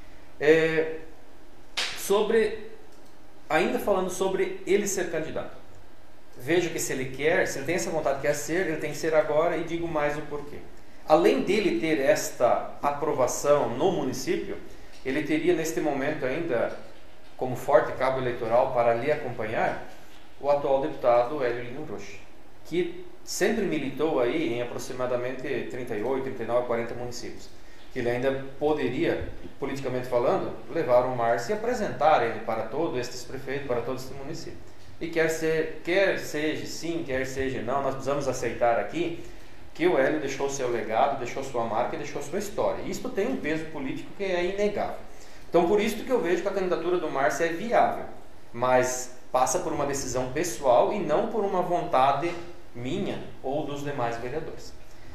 Ainda falando sobre ele ser candidato, vejo que se ele tem essa vontade de quer ser, ele tem que ser agora, e digo mais o porquê. Além dele ter esta aprovação no município, ele teria neste momento ainda como forte cabo eleitoral para lhe acompanhar o atual deputado Hélio Lino Rocha, que sempre militou aí em aproximadamente 38, 39, 40 municípios. Que ele ainda poderia, politicamente falando, levar o Márcio e apresentar ele para todos estes prefeitos, para todos estes municípios. E quer seja sim, quer seja não, nós precisamos aceitar aqui que o Hélio deixou seu legado, deixou sua marca e deixou sua história. E isto tem um peso político que é inegável. Então, por isso que eu vejo que a candidatura do Márcio é viável, mas passa por uma decisão pessoal e não por uma vontade minha ou dos demais vereadores.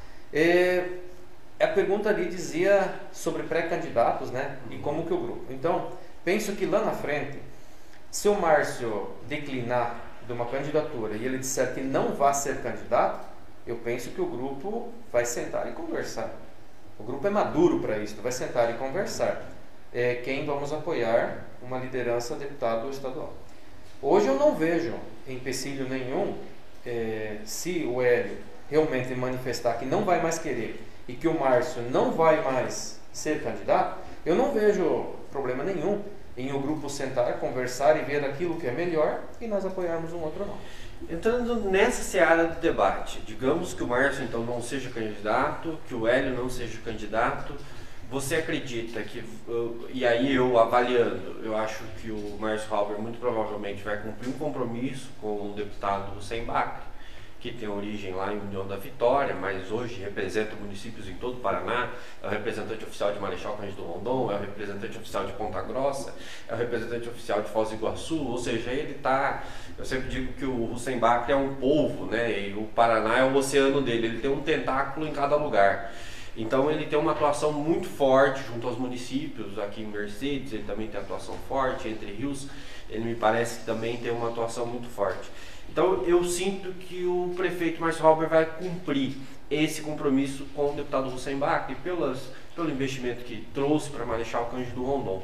A pergunta ali dizia sobre pré-candidatos, né? E como que o grupo. Então, penso que lá na frente, se o Márcio declinar de uma candidatura e ele disser que não vai ser candidato, eu penso que o grupo vai sentar e conversar. O grupo é maduro para isso, vai sentar e conversar. Quem vamos apoiar uma liderança deputado estadual. Hoje eu não vejo empecilho nenhum se o Hélio realmente manifestar que não vai mais querer e que o Márcio não vai mais ser candidato, eu não vejo problema nenhum em o grupo sentar, conversar e ver aquilo que é melhor e nós apoiarmos um outro nome. Entrando nessa seara do debate, digamos que o Márcio então não seja candidato, que o Hélio não seja candidato, você acredita que, e aí eu avaliando, eu acho que o Márcio Halber muito provavelmente vai cumprir um compromisso com o deputado Hussein Bacri, que tem origem lá em União da Vitória, mas hoje representa municípios em todo o Paraná, é o representante oficial de Marechal Cândido Rondon, é o representante oficial de Ponta Grossa, é o representante oficial de Foz do Iguaçu, ou seja, ele está, eu sempre digo que o Hussein Bacri é um polvo, né, e o Paraná é o oceano dele, ele tem um tentáculo em cada lugar. Então ele tem uma atuação muito forte junto aos municípios, aqui em Mercedes ele também tem atuação forte, Entre Rios ele me parece que também tem uma atuação muito forte. Então eu sinto que o prefeito Márcio Halber vai cumprir esse compromisso com o deputado Hussein Bacri pelo investimento que trouxe para Marechal Cândido Rondon.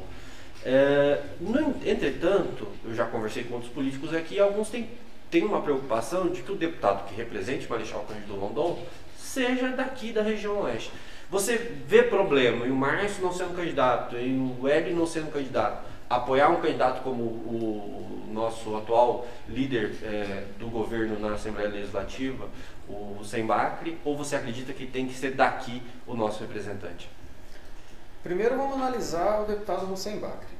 Entretanto, eu já conversei com outros políticos aqui, alguns têm uma preocupação de que o deputado que represente Marechal Cândido Rondon seja daqui da região oeste. Você vê problema em o Márcio não sendo candidato, em o Hélio não sendo candidato, apoiar um candidato como o nosso atual líder do governo na Assembleia Legislativa, o Hussein Bacri, ou você acredita que tem que ser daqui o nosso representante? Primeiro vamos analisar o deputado Hussein Bacri.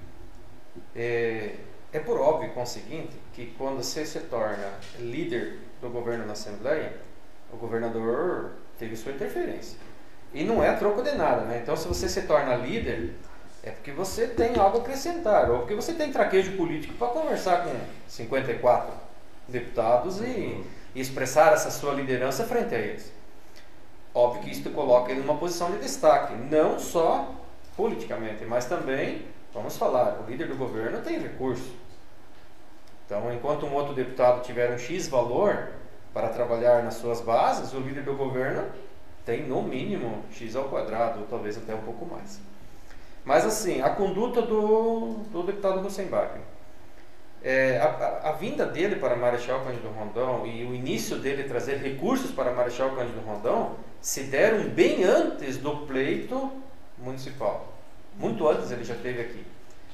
É por óbvio, conseguinte, que quando você se torna líder do governo na Assembleia, o governador teve sua interferência. E não é a troco de nada, né? Então se você se torna líder, é porque você tem algo a acrescentar, ou porque você tem traquejo político para conversar com 54 deputados e expressar essa sua liderança frente a eles. Óbvio que isso coloca ele numa posição de destaque, não só politicamente, mas também, vamos falar, o líder do governo tem recurso. Então, enquanto um outro deputado tiver um X valor para trabalhar nas suas bases, o líder do governo tem no mínimo X ao quadrado, ou talvez até um pouco mais. Mas assim, a conduta do deputado Hussein Bacri, a vinda dele para Marechal Cândido Rondon e o início dele trazer recursos para Marechal Cândido Rondon se deram bem antes do pleito municipal. Muito antes ele já esteve aqui.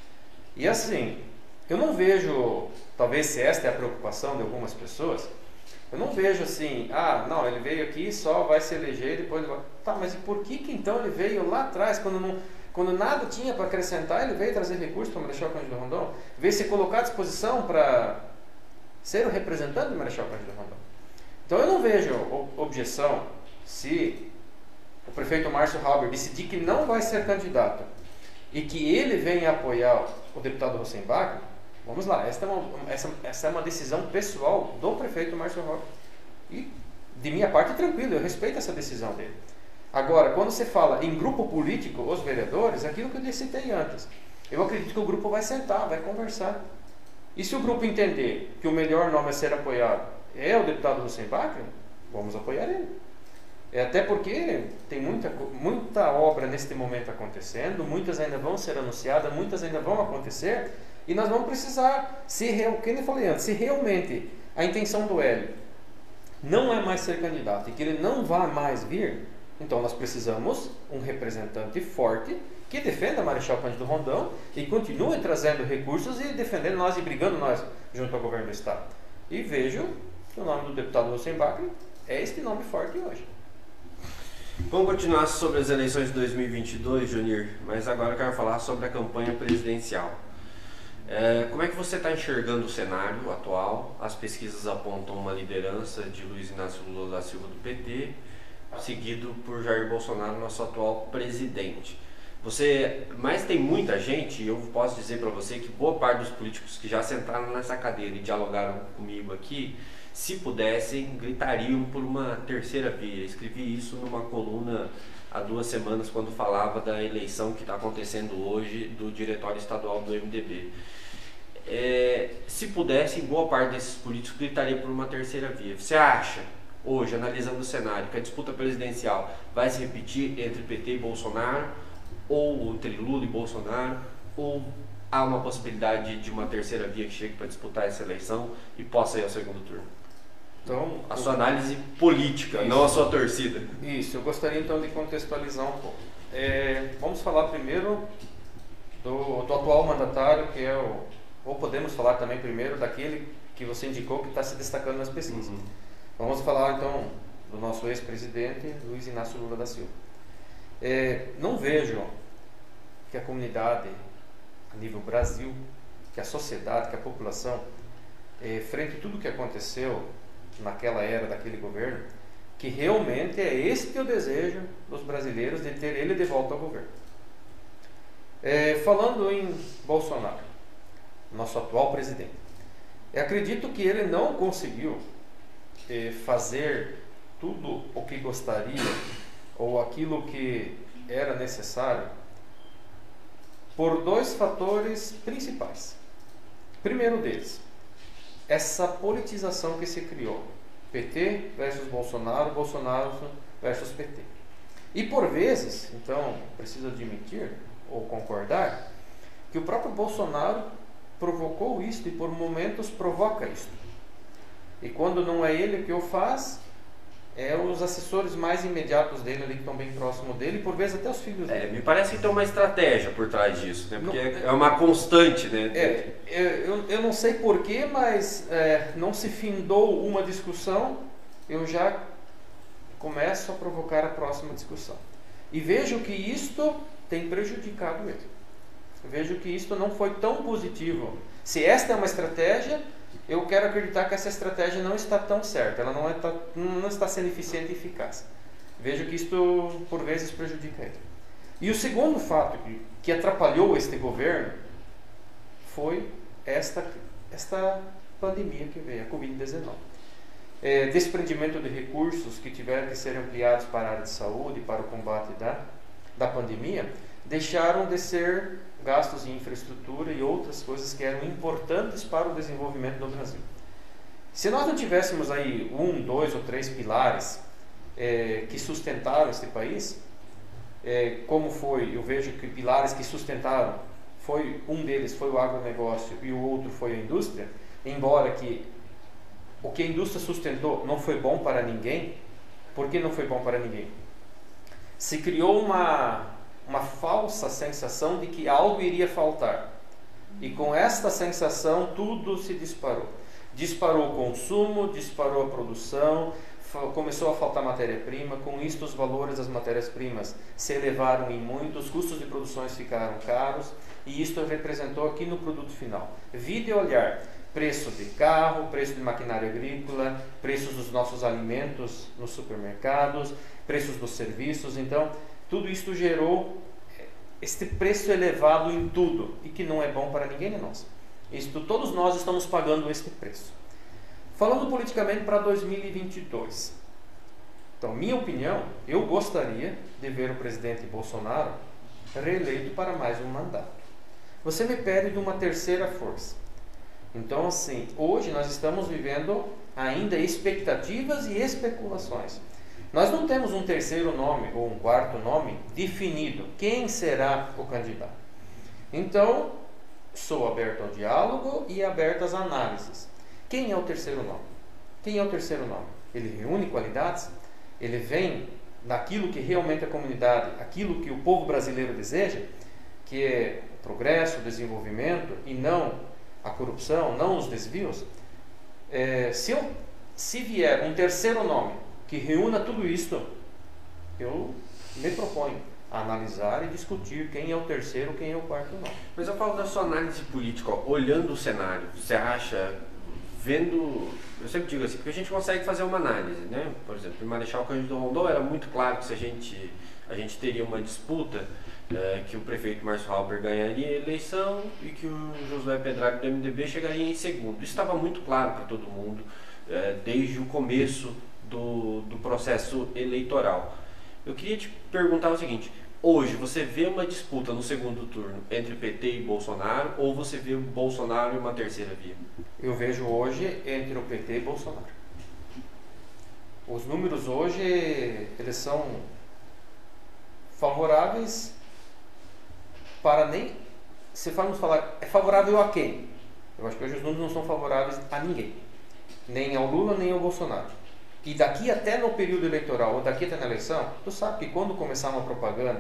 E assim, eu não vejo, talvez se esta é a preocupação de algumas pessoas, eu não vejo assim, não, ele veio aqui só vai se eleger e depois ele vai... Tá, mas e por que então ele veio lá atrás, quando nada tinha para acrescentar, ele veio trazer recursos para Marechal Cândido Rondon? Veio se colocar à disposição para ser o representante do Marechal Cândido Rondon. Então eu não vejo objeção se o prefeito Márcio Halber decidir que não vai ser candidato e que ele venha apoiar o deputado Hussein Bacri. Vamos lá, essa é uma decisão pessoal do prefeito Márcio Halber. E de minha parte tranquilo, eu respeito essa decisão dele. Agora, quando você fala em grupo político, os vereadores, é aquilo que eu citei antes. Eu acredito que o grupo vai sentar, vai conversar. E se o grupo entender que o melhor nome a ser apoiado é o deputado Hussein Bacri, vamos apoiar ele. Até porque tem muita obra neste momento acontecendo, muitas ainda vão ser anunciadas, muitas ainda vão acontecer, e nós vamos precisar, como eu falei antes, se realmente a intenção do Hélio não é mais ser candidato e que ele não vai mais vir, então nós precisamos um representante forte que defenda Marechal Cândido Rondon e continue trazendo recursos e defendendo nós e brigando nós junto ao governo do estado. E vejo que o nome do deputado Hussein Bacri é este nome forte hoje. Vamos continuar sobre as eleições de 2022, Junir, mas agora eu quero falar sobre a campanha presidencial. Como é que você está enxergando o cenário atual? As pesquisas apontam uma liderança de Luiz Inácio Lula da Silva do PT, seguido por Jair Bolsonaro, nosso atual presidente. Mas tem muita gente, e eu posso dizer para você que boa parte dos políticos que já sentaram nessa cadeira e dialogaram comigo aqui, se pudessem, gritariam por uma terceira via. Escrevi isso numa coluna há 2 semanas, quando falava da eleição que está acontecendo hoje do Diretório Estadual do MDB. se pudesse, boa parte desses políticos gritaria por uma terceira via. Você acha, hoje, analisando o cenário, que a disputa presidencial vai se repetir entre PT e Bolsonaro, ou entre Lula e Bolsonaro, ou há uma possibilidade de uma terceira via que chegue para disputar essa eleição e possa ir ao segundo turno? Então, a sua análise política, não a sua torcida. Isso, eu gostaria então de contextualizar um pouco. Vamos falar primeiro do atual mandatário, que é ou podemos falar também primeiro daquele que você indicou que está se destacando nas pesquisas. Vamos falar então do nosso ex-presidente, Luiz Inácio Lula da Silva. Não vejo que a comunidade, a nível Brasil, que a sociedade, que a população, frente a tudo o que aconteceu naquela era daquele governo, que realmente é este o desejo dos brasileiros de ter ele de volta ao governo. Falando em Bolsonaro, nosso atual presidente, acredito que ele não conseguiu fazer tudo o que gostaria ou aquilo que era necessário por dois fatores principais. Primeiro deles, essa politização que se criou, PT versus Bolsonaro, Bolsonaro versus PT. E por vezes, então, preciso admitir ou concordar, que o próprio Bolsonaro provocou isto e por momentos provoca isto. E quando não é ele que o faz, os assessores mais imediatos dele ali que estão bem próximos dele, e por vezes até os filhos dele. Me parece que tem uma estratégia por trás disso, né? Porque é uma constante, né? Eu não sei porquê, mas não se findou uma discussão, eu já começo a provocar a próxima discussão. E vejo que isto tem prejudicado ele. Vejo que isto não foi tão positivo. Se esta é uma estratégia, eu quero acreditar que essa estratégia não está tão certa, ela não está sendo eficiente e eficaz. Vejo que isto, por vezes, prejudica ele. E o segundo fato que atrapalhou este governo foi esta pandemia que veio, a Covid-19. Desprendimento de recursos que tiveram que ser ampliados para a área de saúde, para o combate da pandemia, deixaram de ser gastos em infraestrutura e outras coisas que eram importantes para o desenvolvimento do Brasil. Se nós não tivéssemos aí 1, 2 ou 3 pilares que sustentaram este país, como foi, eu vejo que pilares que sustentaram, um deles foi o agronegócio e o outro foi a indústria, embora que o que a indústria sustentou não foi bom para ninguém. Por que não foi bom para ninguém? Se criou uma falsa sensação de que algo iria faltar. E com esta sensação tudo se disparou. Disparou o consumo, disparou a produção, começou a faltar matéria-prima. Com isto os valores das matérias-primas se elevaram em muito, os custos de produção ficaram caros e isto representou aqui no produto final. Vide olhar preço de carro, preço de maquinário agrícola, preços dos nossos alimentos nos supermercados, preços dos serviços. Então, tudo isso gerou este preço elevado em tudo e que não é bom para ninguém de nós. Todos nós estamos pagando este preço. Falando politicamente para 2022. Então, minha opinião, eu gostaria de ver o presidente Bolsonaro reeleito para mais um mandato. Você me pede de uma terceira força. Então, assim, hoje nós estamos vivendo ainda expectativas e especulações. Nós não temos um terceiro nome ou um quarto nome definido. Quem será o candidato? Então, sou aberto ao diálogo e aberto às análises. Quem é o terceiro nome? Quem é o terceiro nome? Ele reúne qualidades? Ele vem daquilo que realmente a comunidade, aquilo que o povo brasileiro deseja, que é o progresso, o desenvolvimento e não a corrupção, não os desvios? Se vier um terceiro nome que reúna tudo isto, eu me proponho a analisar e discutir quem é o terceiro, quem é o quarto nome. Mas eu falo da sua análise política, olhando o cenário, você acha, vendo, eu sempre digo assim, porque a gente consegue fazer uma análise, né? Por exemplo, o Marechal Cândido Rondon era muito claro que se a gente teria uma disputa, que o prefeito Márcio Halber ganharia a eleição e que o Josué Pedrag do MDB chegaria em segundo. Isso estava muito claro para todo mundo, desde o começo do processo eleitoral. Eu queria te perguntar o seguinte, hoje você vê uma disputa no segundo turno entre PT e Bolsonaro ou você vê o Bolsonaro e uma terceira via? Eu vejo hoje entre o PT e Bolsonaro. Os números hoje, eles são favoráveis para nem... Se formos falar, é favorável a quem? Eu acho que hoje os números não são favoráveis a ninguém. Nem ao Lula, nem ao Bolsonaro. E daqui até no período eleitoral, ou daqui até na eleição, tu sabe que quando começar uma propaganda,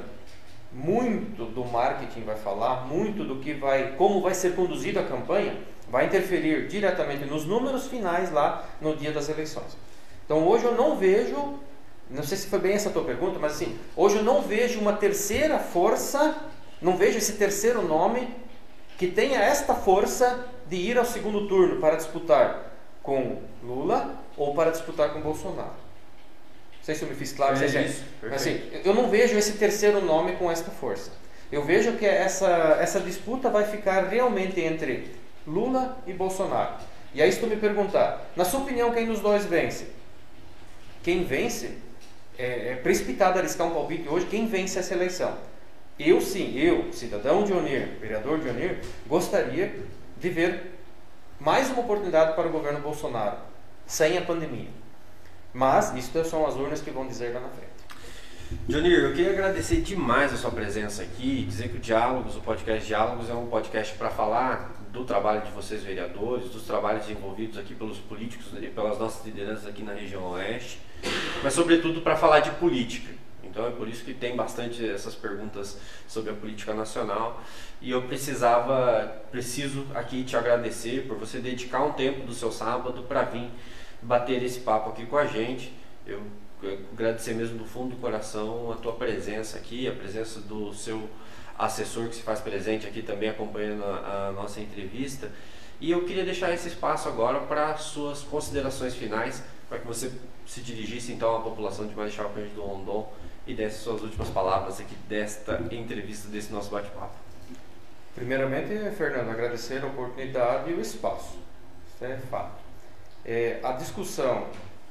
muito do marketing vai falar, muito do que vai, como vai ser conduzida a campanha, vai interferir diretamente nos números finais lá no dia das eleições. Então hoje eu não vejo, não sei se foi bem essa a tua pergunta, mas assim, hoje eu não vejo uma terceira força, não vejo esse terceiro nome que tenha esta força de ir ao segundo turno para disputar com Lula ou para disputar com Bolsonaro. Não sei se eu me fiz claro. Assim, eu não vejo esse terceiro nome com esta força. Eu vejo que essa disputa vai ficar realmente entre Lula e Bolsonaro. E aí se tu me perguntar, na sua opinião, quem dos dois vence? Quem vence, é precipitado arriscar um palpite hoje, quem vence essa eleição? Eu, cidadão Dionir, vereador Dionir, gostaria de ver mais uma oportunidade para o governo Bolsonaro, sem a pandemia. Mas isso são as urnas que vão dizer lá na frente. Dionir, eu queria agradecer demais a sua presença aqui, dizer que o podcast Diálogos é um podcast para falar do trabalho de vocês vereadores, dos trabalhos desenvolvidos aqui pelos políticos e pelas nossas lideranças aqui na região oeste, mas sobretudo para falar de política. Então é por isso que tem bastante essas perguntas sobre a política nacional e eu preciso aqui te agradecer por você dedicar um tempo do seu sábado para vir bater esse papo aqui com a gente. Eu agradecer mesmo do fundo do coração a tua presença aqui, a presença do seu assessor que se faz presente aqui também acompanhando a nossa entrevista. E eu queria deixar esse espaço agora para suas considerações finais, para que você se dirigisse então à população de Marechal Cândido Rondon e desse suas últimas palavras aqui desta entrevista, desse nosso bate-papo. Primeiramente, Fernando, agradecer a oportunidade e o espaço. Isso é fato. A discussão,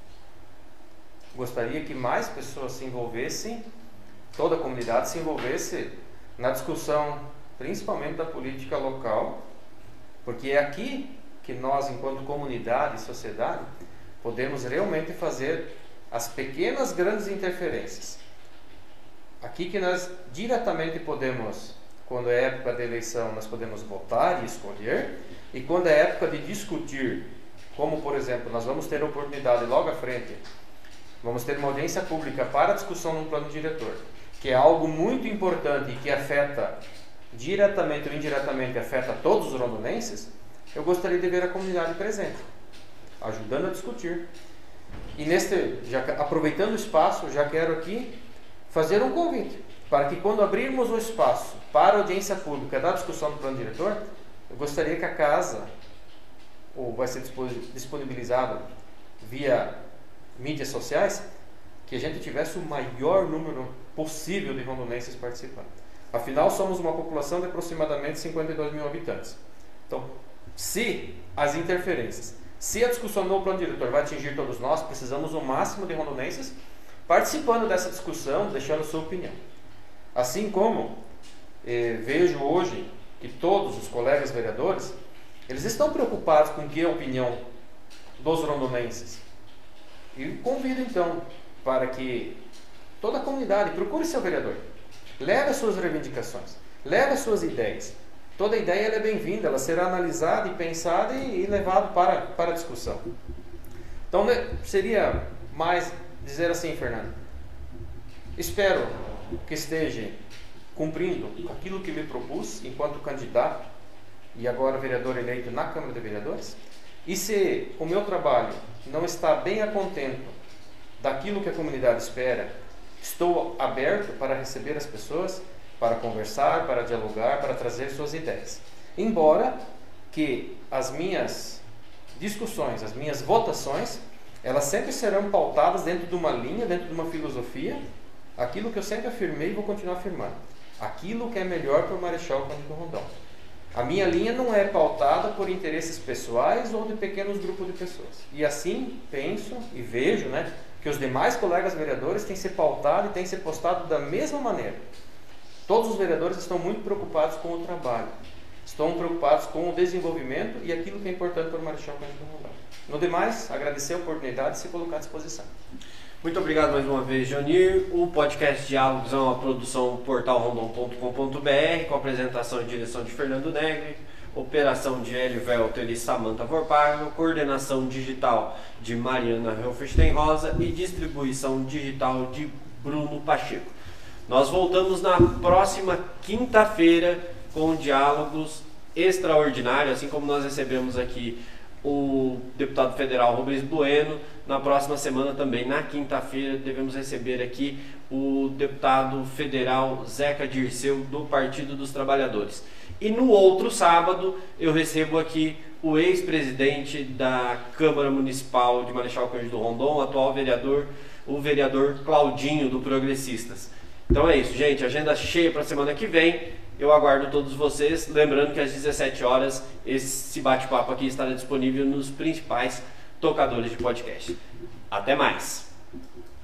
gostaria que mais pessoas se envolvessem, toda a comunidade se envolvesse na discussão, principalmente da política local, porque é aqui que nós, enquanto comunidade e sociedade, podemos realmente fazer as pequenas, grandes interferências. Aqui que nós diretamente podemos, quando é época de eleição, nós podemos votar e escolher, e quando é época de discutir, como por exemplo, nós vamos ter a oportunidade logo à frente, vamos ter uma audiência pública para discussão no plano diretor, que é algo muito importante e que afeta diretamente ou indiretamente, afeta todos os rondonenses. Eu gostaria de ver a comunidade presente, ajudando a discutir. E aproveitando o espaço, já quero aqui fazer um convite para que quando abrirmos o espaço para a audiência pública da discussão do plano diretor, eu gostaria que a casa, ou vai ser disponibilizado via mídias sociais, que a gente tivesse o maior número possível de rondonenses participando. Afinal, somos uma população de aproximadamente 52 mil habitantes. Então, se as interferências, se a discussão no plano diretor vai atingir todos nós, precisamos o máximo de rondonenses participando dessa discussão, deixando sua opinião. Assim como vejo hoje que todos os colegas vereadores, eles estão preocupados com que a opinião dos rondonenses. E convido então para que toda a comunidade procure seu vereador, leve as suas reivindicações, leve as suas ideias. Toda ideia ela é bem-vinda, ela será analisada e pensada e levada para a discussão. Então seria mais dizer assim, Fernando, espero que esteja cumprindo aquilo que me propus enquanto candidato e agora vereador eleito na Câmara de Vereadores, e se o meu trabalho não está bem a contento daquilo que a comunidade espera, estou aberto para receber as pessoas, para conversar, para dialogar, para trazer suas ideias. Embora que as minhas discussões, as minhas votações, elas sempre serão pautadas dentro de uma linha, dentro de uma filosofia, aquilo que eu sempre afirmei e vou continuar afirmando. Aquilo que é melhor para o Marechal Cândido Rondon. A minha linha não é pautada por interesses pessoais ou de pequenos grupos de pessoas. E assim penso e vejo, que que os demais colegas vereadores tem que ser pautado e tem que ser postado da mesma maneira. Todos os vereadores estão muito preocupados com o trabalho, estão preocupados com o desenvolvimento e aquilo que é importante para o Marechal Cândido Rondon. No demais, agradecer a oportunidade de se colocar à disposição. Muito obrigado mais uma vez, Jonir. O podcast Diálogos é uma produção portalrondon.com.br, com apresentação e direção de Fernando Negri, operação de Hélio Velter e Samantha Vorpago, coordenação digital de Mariana Helferstein Rosa e distribuição digital de Bruno Pacheco. Nós voltamos na próxima quinta-feira com diálogos extraordinários, assim como nós recebemos aqui o deputado federal Rubens Bueno. Na próxima semana também, na quinta-feira, devemos receber aqui o deputado federal Zeca Dirceu, do Partido dos Trabalhadores. E no outro sábado eu recebo aqui o ex-presidente da Câmara Municipal de Marechal Cândido Rondon, atual vereador, o vereador Claudinho, do Progressistas. Então é isso, gente, agenda cheia para a semana que vem. Eu aguardo todos vocês, lembrando que às 17 horas esse bate-papo aqui estará disponível nos principais tocadores de podcast. Até mais!